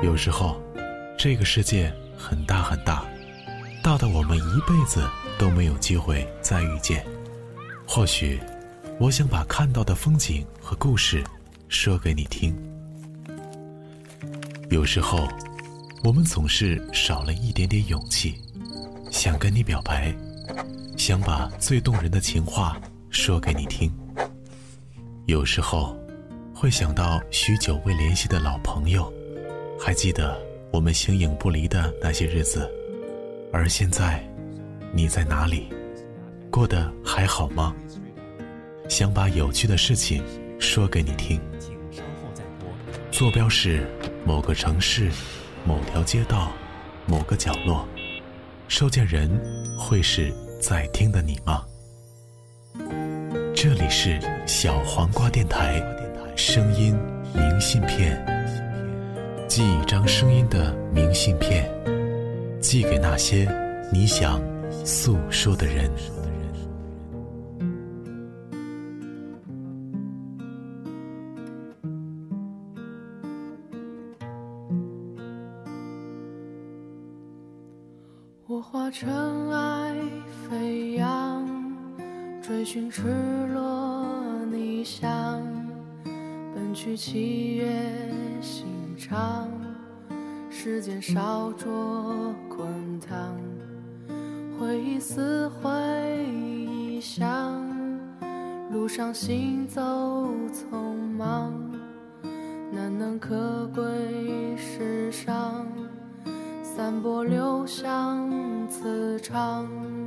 有时候这个世界很大很大，大到我们一辈子都没有机会再遇见。或许我想把看到的风景和故事说给你听。有时候我们总是少了一点点勇气，想跟你表白，想把最动人的情话说给你听。有时候会想到许久未联系的老朋友，还记得我们形影不离的那些日子。而现在你在哪里？过得还好吗？想把有趣的事情说给你听。坐标是某个城市，某条街道，某个角落。收件人会是在听的你吗？这里是小黄瓜电台声音明信片，寄一张声音的明信片，寄给那些你想诉说的人。 我化尘埃飞扬，追寻赤裸逆翔，奔去七月心肠，时间烧灼滚烫，回忆撕毁臆想，路上行走匆忙，难能可贵世上，散播留香磁场。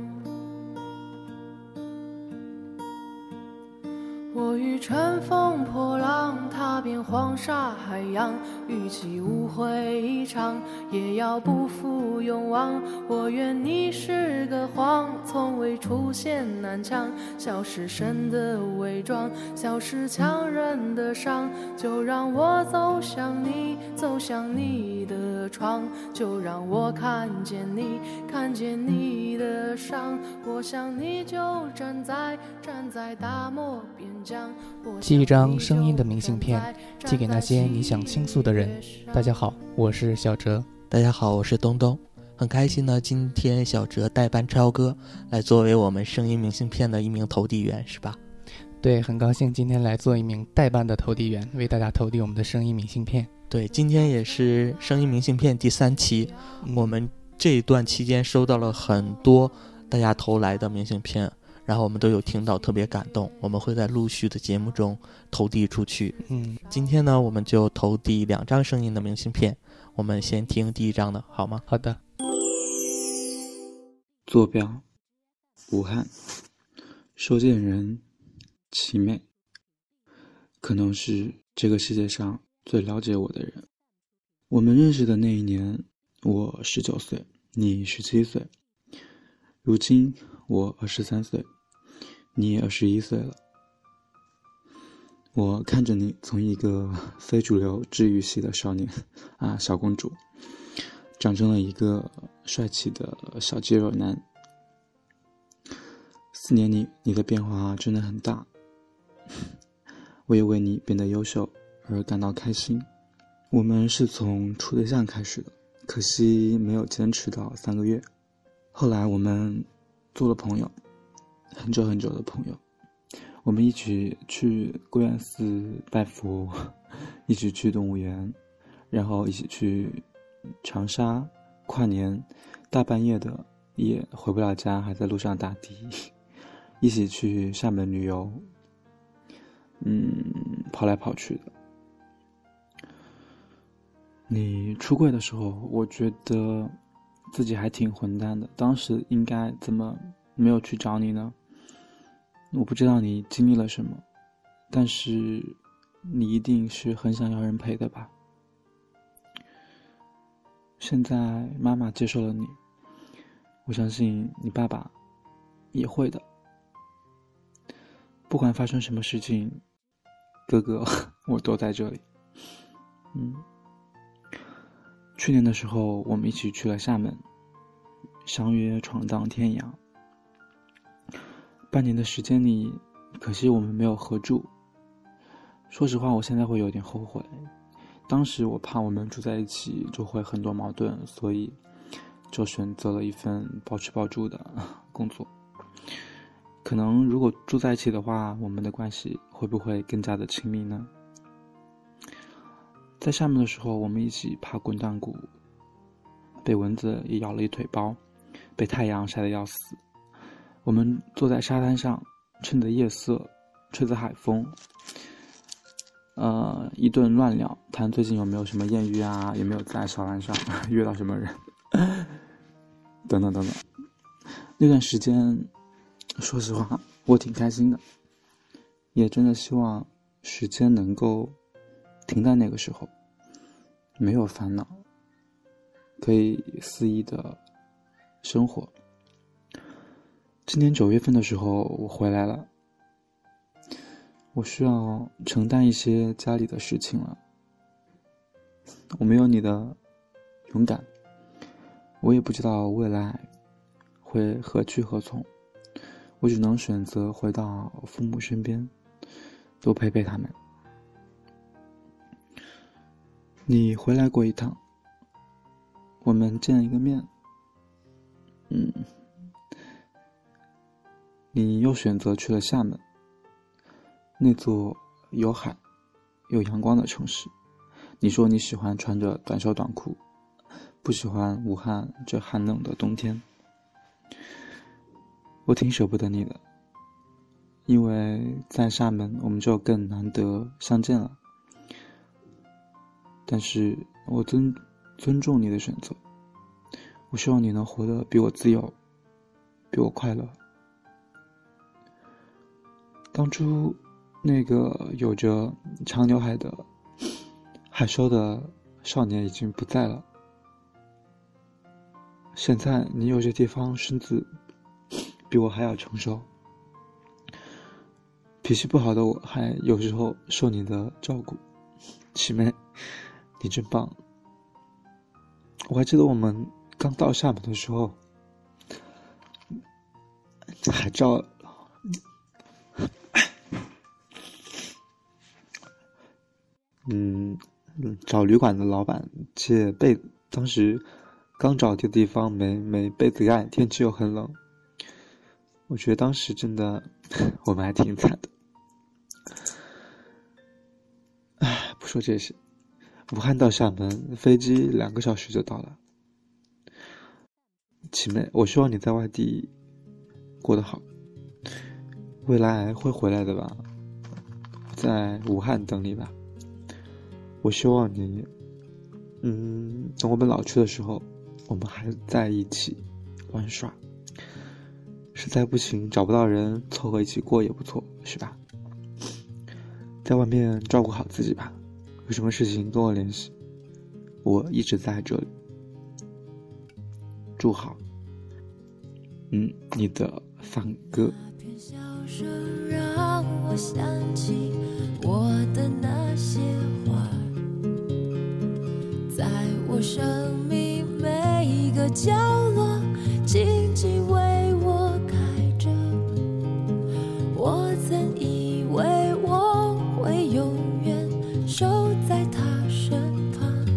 我欲乘风破浪，踏遍黄沙海洋，与其误会一场，也要不负勇往。我愿你是个谎，从未出现南墙，笑是神的伪装，笑是强忍的伤。就让我走向你，走向你的窗，就让我看见你，看见你的伤。我想你就站在大漠边疆。 寄一张声音的明信片，寄给那些你想倾诉的人。大家好，我是小哲。 大家好，我是东东。很开心呢，今天小哲代班超哥来作为我们声音明信片的一名投递员，是吧？ 对，很高兴今天来做一名代班的投递员，为大家投递我们的声音明信片。 对，今天也是声音明信片第3期，我们这一段期间收到了很多大家投来的明信片，然后我们都有听到，特别感动，我们会在陆续的节目中投递出去。今天呢，我们就投递2张声音的明信片，我们先听第1张的好吗？ 好的。 坐标武汉，收件人齐美，可能是这个世界上最了解我的人。我们认识的那一年，我19岁，你17岁，如今我23岁，你也21岁了。我看着你从一个非主流治愈系的少年小公主，长成了一个帅气的小肌肉男。4年里，你的变化真的很大，我也为你变得优秀而感到开心。我们是从处对象开始的，可惜没有坚持到3个月。后来我们做了朋友，很久很久的朋友。我们一起去归元寺拜佛，一起去动物园，然后一起去长沙跨年，大半夜的也回不了家，还在路上打的，一起去厦门旅游，跑来跑去的。你出柜的时候，我觉得自己还挺混蛋的，当时应该怎么没有去找你呢？我不知道你经历了什么，但是你一定是很想要人陪的吧。现在妈妈接受了你，我相信你爸爸也会的。不管发生什么事情，哥哥我都在这里。去年的时候，我们一起去了厦门，相约闯荡天涯。半年的时间里，可惜我们没有合住。说实话，我现在会有点后悔。 当时我怕我们住在一起就会很多矛盾，所以就选择了一份包吃包住的工作。可能如果住在一起的话，我们的关系会不会更加的亲密呢？在厦门的时候，我们一起爬滚蛋谷，被蚊子也咬了一腿包，被太阳晒得要死。我们坐在沙滩上，趁着夜色，吹着海风，一顿乱聊，谈最近有没有什么艳遇啊，有没有在小岸上约到什么人，等等等等。那段时间，说实话，我挺开心的，也真的希望时间能够停在那个时候，没有烦恼，可以肆意的生活。今年9月份的时候，我回来了，我需要承担一些家里的事情了。我没有你的勇敢，我也不知道未来会何去何从，我只能选择回到父母身边，多陪陪他们。你回来过一趟，我们见了一个面，你又选择去了厦门，那座有海有阳光的城市。你说你喜欢穿着短袖短裤，不喜欢武汉这寒冷的冬天。我挺舍不得你的，因为在厦门我们就更难得相见了。但是我尊重你的选择，我希望你能活得比我自由，比我快乐。当初那个有着长刘海的害羞的少年已经不在了，现在你有些地方身子比我还要成熟，脾气不好的我还有时候受你的照顾。七妹，你真棒。我还记得我们刚到厦门的时候，还找旅馆的老板借被子，当时刚找的地方没被子盖，天气又很冷，我觉得当时真的我们还挺惨的。不说这些，武汉到厦门飞机2个小时就到了。七妹，我希望你在外地过得好，未来会回来的吧，在武汉等你吧。我希望你等我们老去的时候，我们还在一起玩耍，实在不行找不到人凑合一起过也不错，是吧？在外面照顾好自己吧，有什么事情跟我联系，我一直在这里。祝好。你的放歌。 笑声让我想起我的那些花，在我生命每一个角落静静为我开着。我曾以为我会永远守在他身旁，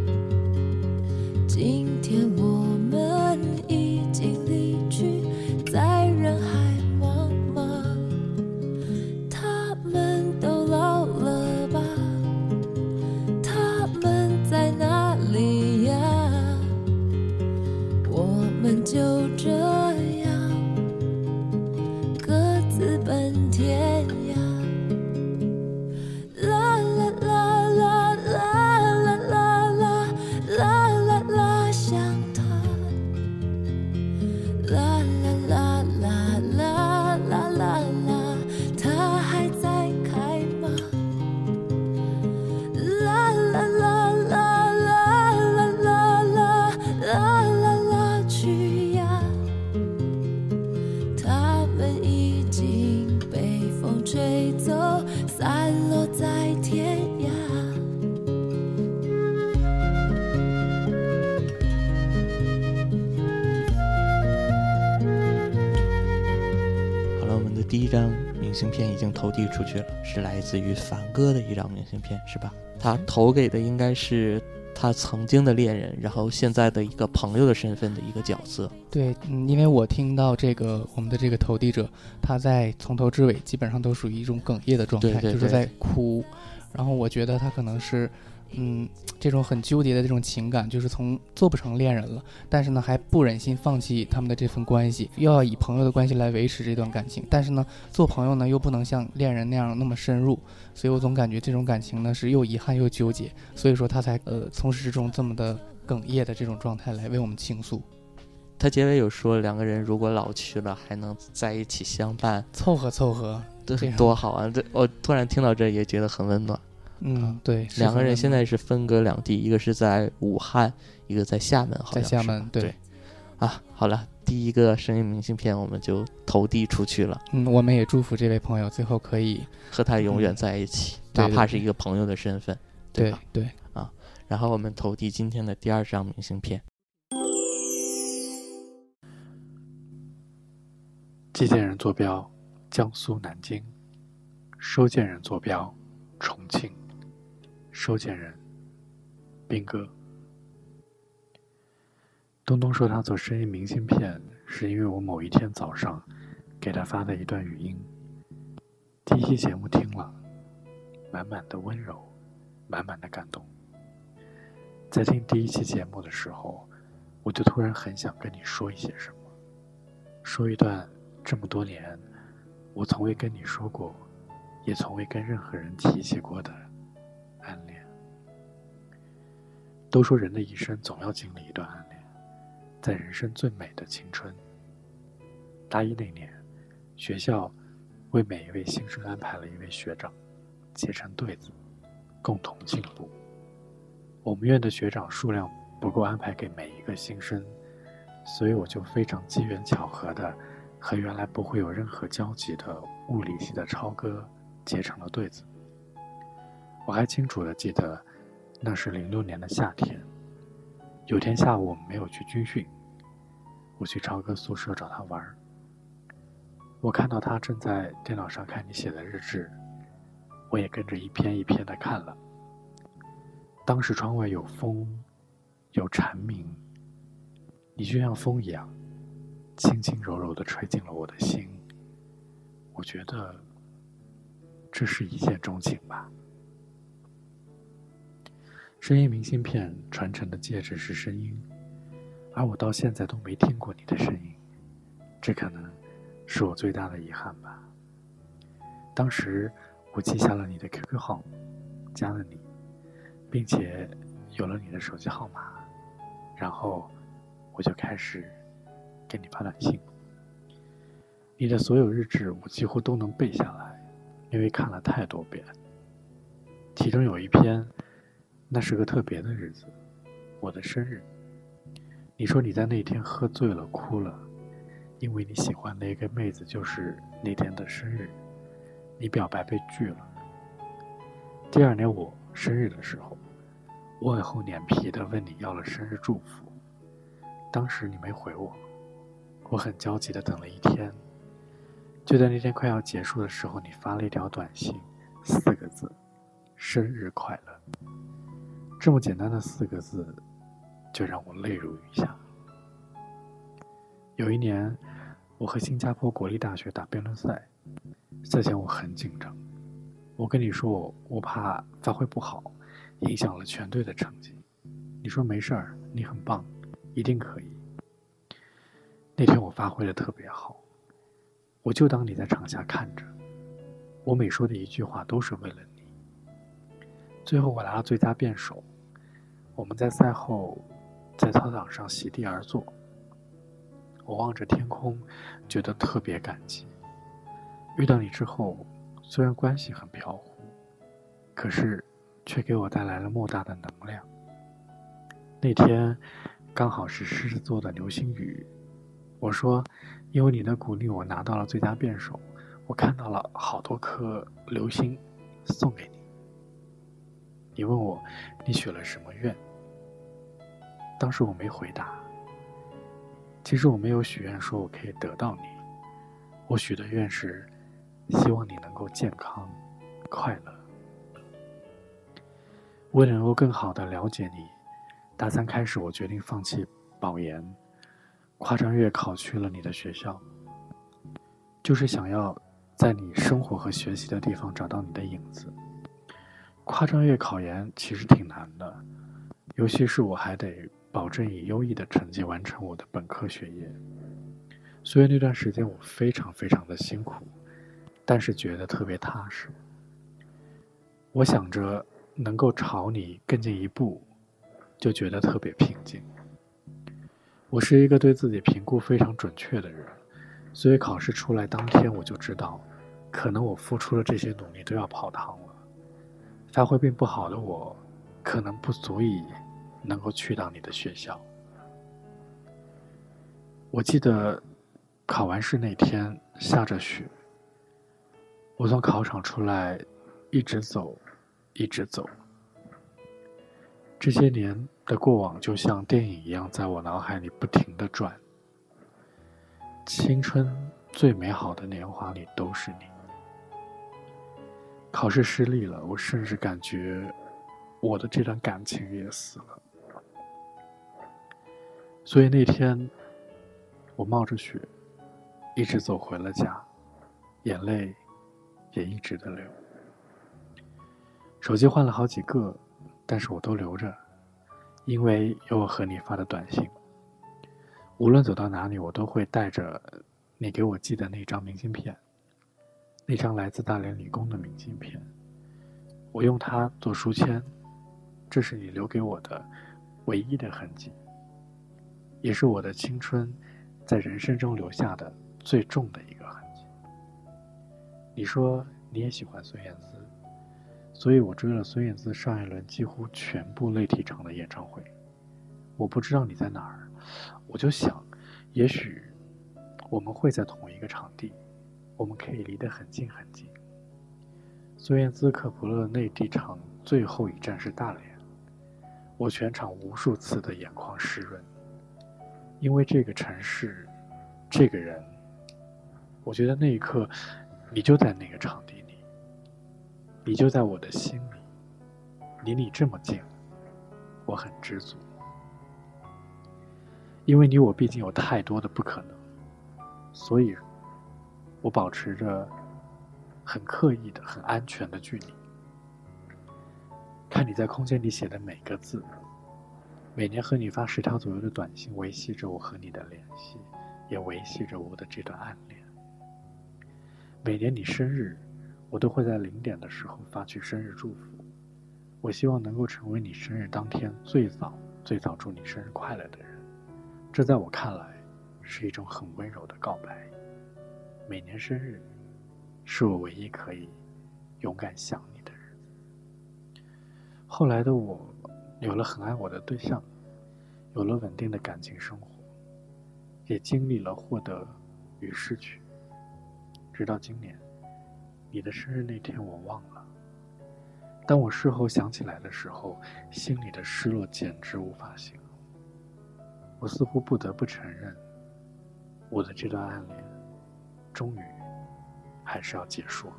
今天我们已经离去，在人海茫茫。他们都老了吧？他们在哪里呀？我们就这样各自奔天涯。啦啦啦啦啦啦啦啦啦啦啦，想他。啦啦啦啦啦啦啦啦，他还在开吗？啦啦啦啦啦啦啦啦啦啦啦，去呀！他们已经被风吹走，散落在天涯。 好了，我们的第一张明明信片已经投递出去了，是来自于凡哥的一张明信片，是吧？他投给的应该是他曾经的恋人，然后现在的一个朋友的身份的一个角色。 对，因为我听到我们的这个投递者，他在从头至尾基本上都属于一种哽咽的状态， 对， 就是在哭。然后我觉得他可能是这种很纠结的这种情感，就是从做不成恋人了，但是呢还不忍心放弃他们的这份关系，又要以朋友的关系来维持这段感情，但是呢做朋友呢又不能像恋人那样那么深入，所以我总感觉这种感情呢是又遗憾又纠结，所以说他才从始至终这么的哽咽的这种状态来为我们倾诉。 他结尾有说，两个人如果老去了还能在一起相伴， 凑合多好啊！我突然听到这也觉得很温暖。 对， 两个人现在是分隔两地，一个是在武汉，一个在厦门，好像是在厦门。对啊，好了，第一个声音明信片我们就投递出去了。 我们也祝福这位朋友最后可以和他永远在一起，哪怕是一个朋友的身份，对吧？ 对啊，然后我们投递今天的第二张明信片。 寄件人坐标江苏南京，收件人坐标重庆，收件人斌哥。东东说他做声音明信片是因为我某一天早上给他发的一段语音。第一期节目听了，满满的温柔，满满的感动。在听第一期节目的时候，我就突然很想跟你说一些什么，说一段这么多年我从未跟你说过，也从未跟任何人提起过的暗恋。都说人的一生总要经历一段暗恋，在人生最美的青春。大一那年，学校为每一位新生安排了一位学长，结成对子，共同进步。我们院的学长数量不够安排给每一个新生，所以我就非常机缘巧合的和原来不会有任何交集的物理系的超哥结成了对子。我还清楚地记得，那是06年的夏天，有天下午我们没有去军训，我去超哥宿舍找他玩。我看到他正在电脑上看你写的日志，我也跟着一篇一篇地看了。当时窗外有风，有蝉鸣，你就像风一样轻轻柔柔地吹进了我的心。我觉得这是一见钟情吧。声音明信片传承的介质是声音，而我到现在都没听过你的声音，这可能是我最大的遗憾吧。当时我记下了你的 QQ 号，加了你，并且有了你的手机号码，然后我就开始给你发短信。你的所有日志我几乎都能背下来，因为看了太多遍。其中有一篇，那是个特别的日子，我的生日。你说你在那天喝醉了哭了，因为你喜欢的一个妹子就是那天的生日，你表白被拒了。第二年我生日的时候，我很厚脸皮地问你要了生日祝福，当时你没回我，我很焦急地等了一天。就在那天快要结束的时候，你发了一条短信，4个字，生日快乐。这么简单的4个字就让我泪如雨下。有一年我和新加坡国立大学打辩论赛，赛前我很紧张，我跟你说我怕发挥不好影响了全队的成绩，你说没事儿，你很棒，一定可以。那天我发挥得特别好，我就当你在场下看着，我每说的一句话都是为了你。最后我拿了最佳辩手，我们在赛后在操场上席地而坐，我望着天空，觉得特别感激。遇到你之后，虽然关系很飘忽，可是却给我带来了莫大的能量。那天刚好是狮子座的流星雨，我说因为你的鼓励我拿到了最佳辩手，我看到了好多颗流星送给你。你问我你许了什么愿，当时我没回答。其实我没有许愿说我可以得到你，我许的愿是希望你能够健康快乐。为了能够更好地了解你，大三开始我决定放弃保研，跨专业考去了你的学校，就是想要在你生活和学习的地方找到你的影子。跨专业考研其实挺难的，尤其是我还得保证以优异的成绩完成我的本科学业，所以那段时间我非常的辛苦，但是觉得特别踏实。我想着能够朝你更进一步，就觉得特别平静。我是一个对自己评估非常准确的人，所以考试出来当天我就知道，可能我付出的这些努力都要泡汤了。发挥并不好的我，可能不足以能够去到你的学校。我记得考完试那天下着雪，我从考场出来，一直走，这些年的过往就像电影一样在我脑海里不停地转。青春最美好的年华里都是你。考试失利了，我甚至感觉我的这段感情也死了。所以那天我冒着雪一直走回了家，眼泪也一直的流。手机换了好几个，但是我都留着，因为有我和你发的短信。无论走到哪里，我都会带着你给我寄的那张明信片，那张来自大连理工的明信片，我用它做书签，这是你留给我的唯一的痕迹，也是我的青春在人生中留下的最重的一个痕迹。你说你也喜欢孙燕姿，所以我追了孙燕姿上一轮几乎全部类体场的演唱会。我不知道你在哪儿，我就想，也许我们会在同一个场地，我们可以离得很近很近。孙燕姿可不勒内地场最后一站是大连，我全场无数次的眼眶湿润，因为这个城市，这个人，我觉得那一刻你就在那个场地里，你就在我的心里，离你这么近，我很知足。因为你我毕竟有太多的不可能，所以我保持着很刻意的、很安全的距离，看你在空间里写的每个字，每年和你发10条左右的短信，维系着我和你的联系，也维系着我的这段暗恋。每年你生日，我都会在0点的时候发去生日祝福，我希望能够成为你生日当天最早祝你生日快乐的人。这在我看来是一种很温柔的告白。每年生日是我唯一可以勇敢想你的日子。后来的我有了很爱我的对象，有了稳定的感情生活，也经历了获得与失去。直到今年，你的生日那天我忘了。当我事后想起来的时候，心里的失落简直无法形容。我似乎不得不承认，我的这段暗恋终于还是要结束了。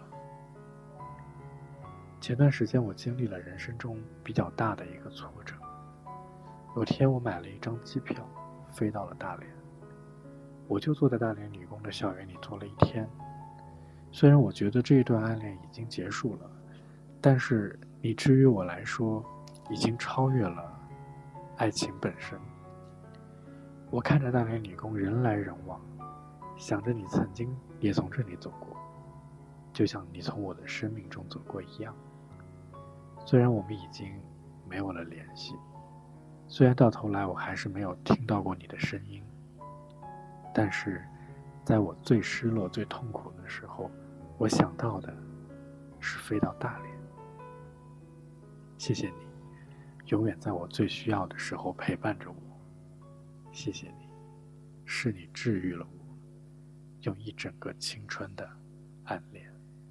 前段时间我经历了人生中比较大的一个挫折。有天我买了一张机票飞到了大连，我就坐在大连理工的校园里坐了1天。虽然我觉得这一段暗恋已经结束了，但是你至于我来说已经超越了爱情本身。我看着大连理工人来人往，想着你曾经也从这里走过，就像你从我的生命中走过一样。虽然我们已经没有了联系，虽然到头来我还是没有听到过你的声音，但是在我最失落最痛苦的时候，我想到的是飞到大连。谢谢你永远在我最需要的时候陪伴着我，谢谢你，是你治愈了我用一整个青春的暗恋。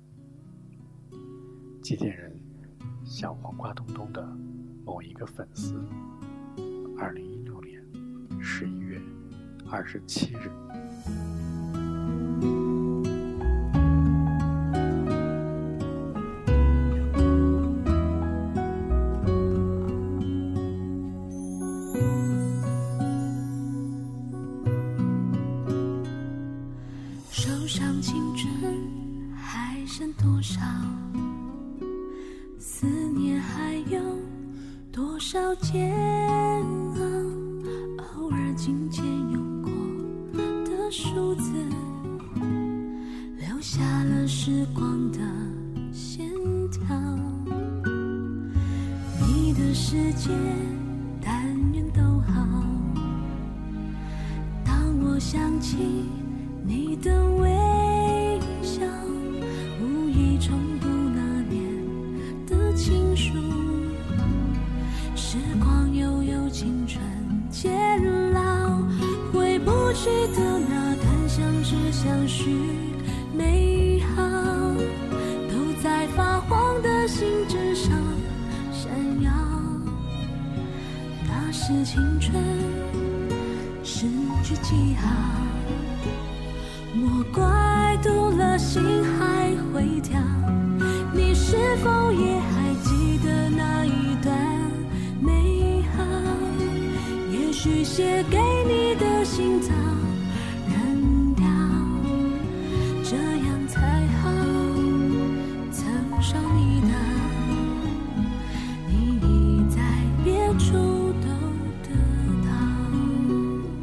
寄件人小黄瓜东东的某一个粉丝，2016年11月27日。 少煎熬，偶尔琴键用过的数字，留下了时光的线条。你的世界但愿都好，当我想起你的微笑，无意重读那年的情书，时光悠悠，青春渐老，回不去的那段相识相许美好，都在发黄的信纸上闪耀。那是青春失去记号，莫怪读了心还会跳。你是否也还记得那一段美好？也许写给你的信早扔掉，这样才好。曾伤你的，你已在别处都得到。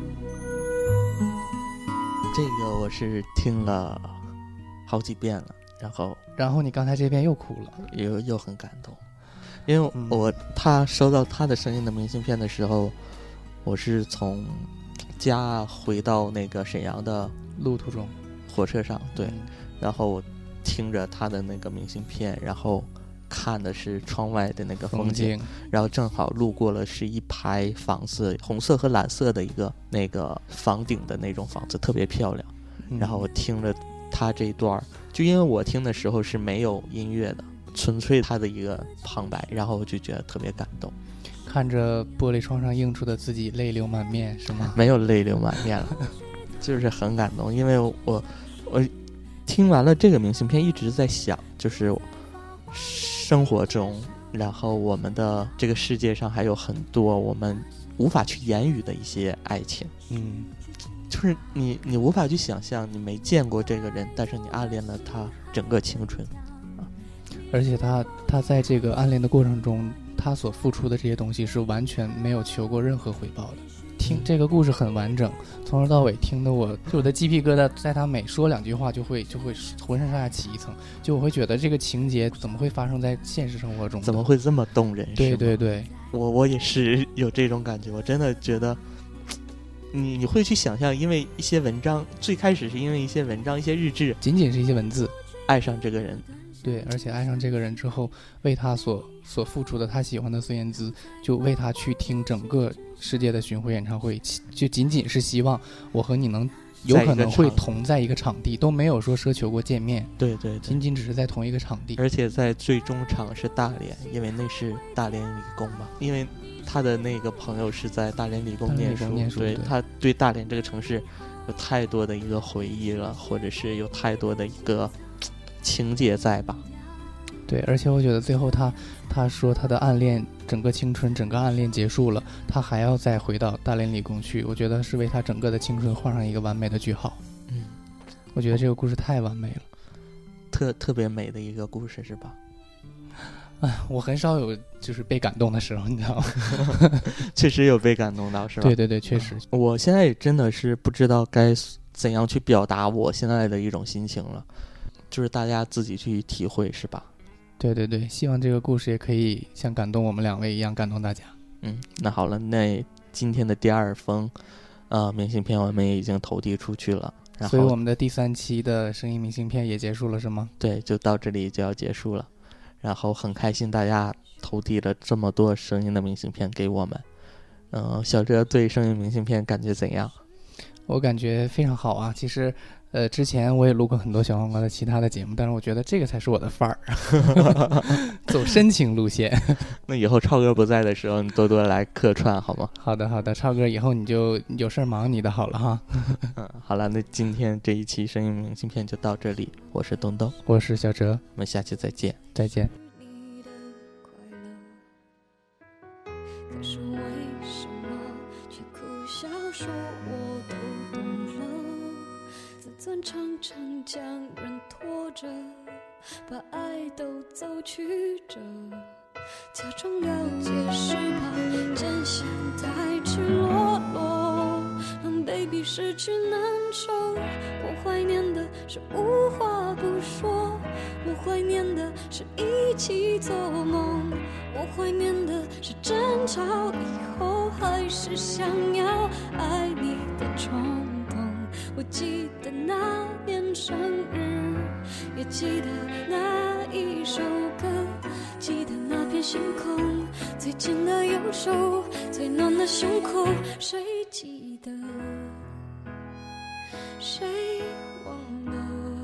这个我是听了好几遍了， 然后你刚才这边又哭了， 又很感动，因为他收到他的声音的明信片的时候，我是从家回到那个沈阳的路途中火车上，对，然后我听着他的那个明信片，然后看的是窗外的那个风景，然后正好路过了是一排房子，红色和蓝色的一个那个房顶的那种房子，特别漂亮。然后我听着他这一段，就因为我听的时候是没有音乐的，纯粹他的一个旁白，然后我就觉得特别感动。 看着玻璃窗上映出的自己，泪流满面是吗？ 没有泪流满面了，就是很感动，因为我听完了这个明信片，一直在想，就是生活中，然后我们的这个世界上还有很多我们无法去言语的一些爱情。就是你无法去想象，你没见过这个人，但是你暗恋了他整个青春。 而且他在这个暗恋的过程中，他所付出的这些东西是完全没有求过任何回报的。听这个故事很完整，从头到尾听得我的鸡皮疙瘩，在他每说两句话就会浑身上下起一层，就我会觉得这个情节怎么会发生在现实生活中， 怎么会这么动人？ 对对对， 我也是有这种感觉，我真的觉得你会去想象，因为一些文章，最开始是因为一些文章一些日志， 仅仅是一些文字， 爱上这个人。 对，而且爱上这个人之后，为他所付出的他喜欢的孙燕姿，就为他去听整个世界的巡回演唱会，就仅仅是希望我和你能有可能会同在一个场地，都没有说奢求过见面。 对对对， 仅仅只是在同一个场地， 而且在最终场是大连，因为那是大连理工嘛，因为他的那个朋友是在大连理工念书，对，他对大连这个城市有太多的一个回忆了，或者是有太多的一个情节在吧。 对，而且我觉得最后他说他的暗恋，整个青春整个暗恋结束了，他还要再回到大连理工去，我觉得是为他整个的青春画上一个完美的句号。我觉得这个故事太完美了， 特别美的一个故事是吧？ 我很少有就是被感动的时候，你知道吗？ 确实有被感动到，是吧？ 对对对，确实。 我现在也真的是不知道该怎样去表达我现在的一种心情了，就是大家自己去体会，是吧？ 对对对，希望这个故事也可以像感动我们两位一样感动大家。 那好了，那今天的第二封明信片我们也已经投递出去了，然后所以我们的第3期的声音明信片也结束了是吗？ 对，就到这里就要结束了。然后很开心大家投递了这么多声音的明信片给我们。小哲对声音明信片感觉怎样？ 我感觉非常好啊。其实之前我也录过很多小黄瓜的其他的节目，但是我觉得这个才是我的范儿，走深情路线。那以后超哥不在的时候，你多多来客串好吗？ 好的好的，超哥以后你就有事忙你的好了哈。 好了，那今天这一期声音明信片就到这里，我是东东， 我是小哲， 我们下期再见， 再见。 可是为什么却苦笑说我都懂了？自尊常常将人拖着，把爱都走曲折，假装了解是怕真相太赤裸裸，让 baby 失去难受。我怀念的是无话不说，我怀念的是一起做梦，我怀念的是争吵以后还是想要爱你的冲动。我记得那年生日，也记得那一首歌，记得那片星空，最近的右手，最暖的胸口，谁记得？谁忘了？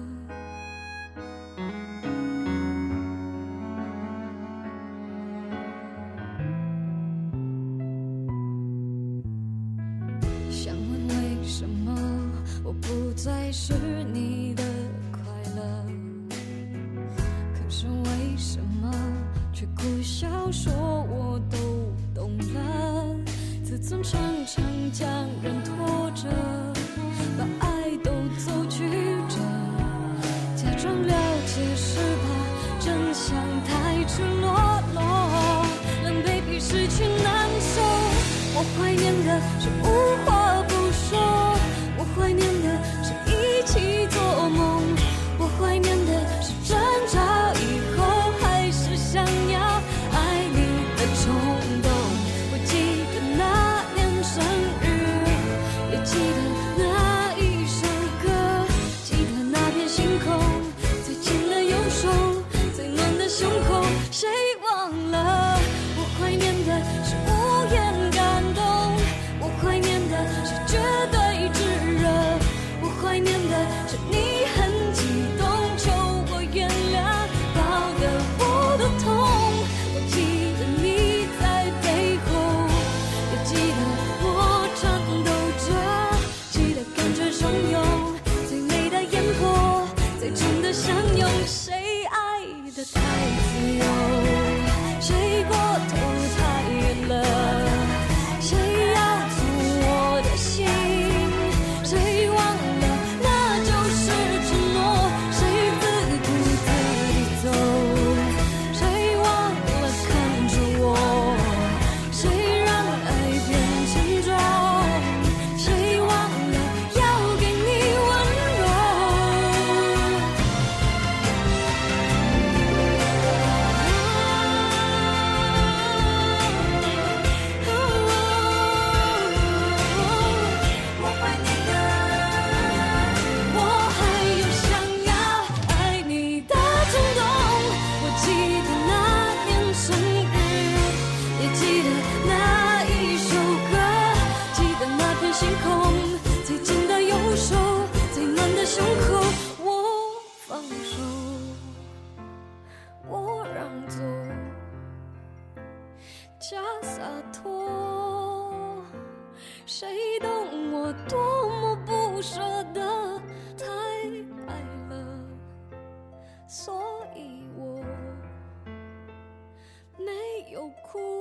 想问为什么我不再是你的快乐？可是为什么却苦笑说我都懂了？自尊常常将人拖着，把爱都走曲折，假装了解是怕真相太赤裸裸，让 baby 失去难受。我怀念的是无话不说，我怀念的是一起做梦，我怀念的是争吵以后还是想要爱你的冲动。我记得那年生日，也记得那一首歌，记得那片星空，最近的右手，最暖的胸口，谁忘了？我怀念的是无言感动，我怀念的是绝对炙热，我怀念的是你很激动，求我原谅，搞得我都痛。我记得你在背后，也记得我颤抖着，记得感觉汹涌，最美的烟火，最真的相拥。谁爱得太自由，谁过头太远了，谁要走我的心，谁忘了那就是承诺，谁自顾自地走，谁忘了看着我，谁让爱变沉重，谁忘了要给你温柔。我怀念的，我还有想要爱你的冲动。我记得那年生日，也记得那一首歌，记得那片星空，最近的右手，最暖的胸口。我放手，我让座，假洒脱，谁懂我多么不舍得，太爱了，所以我没有哭。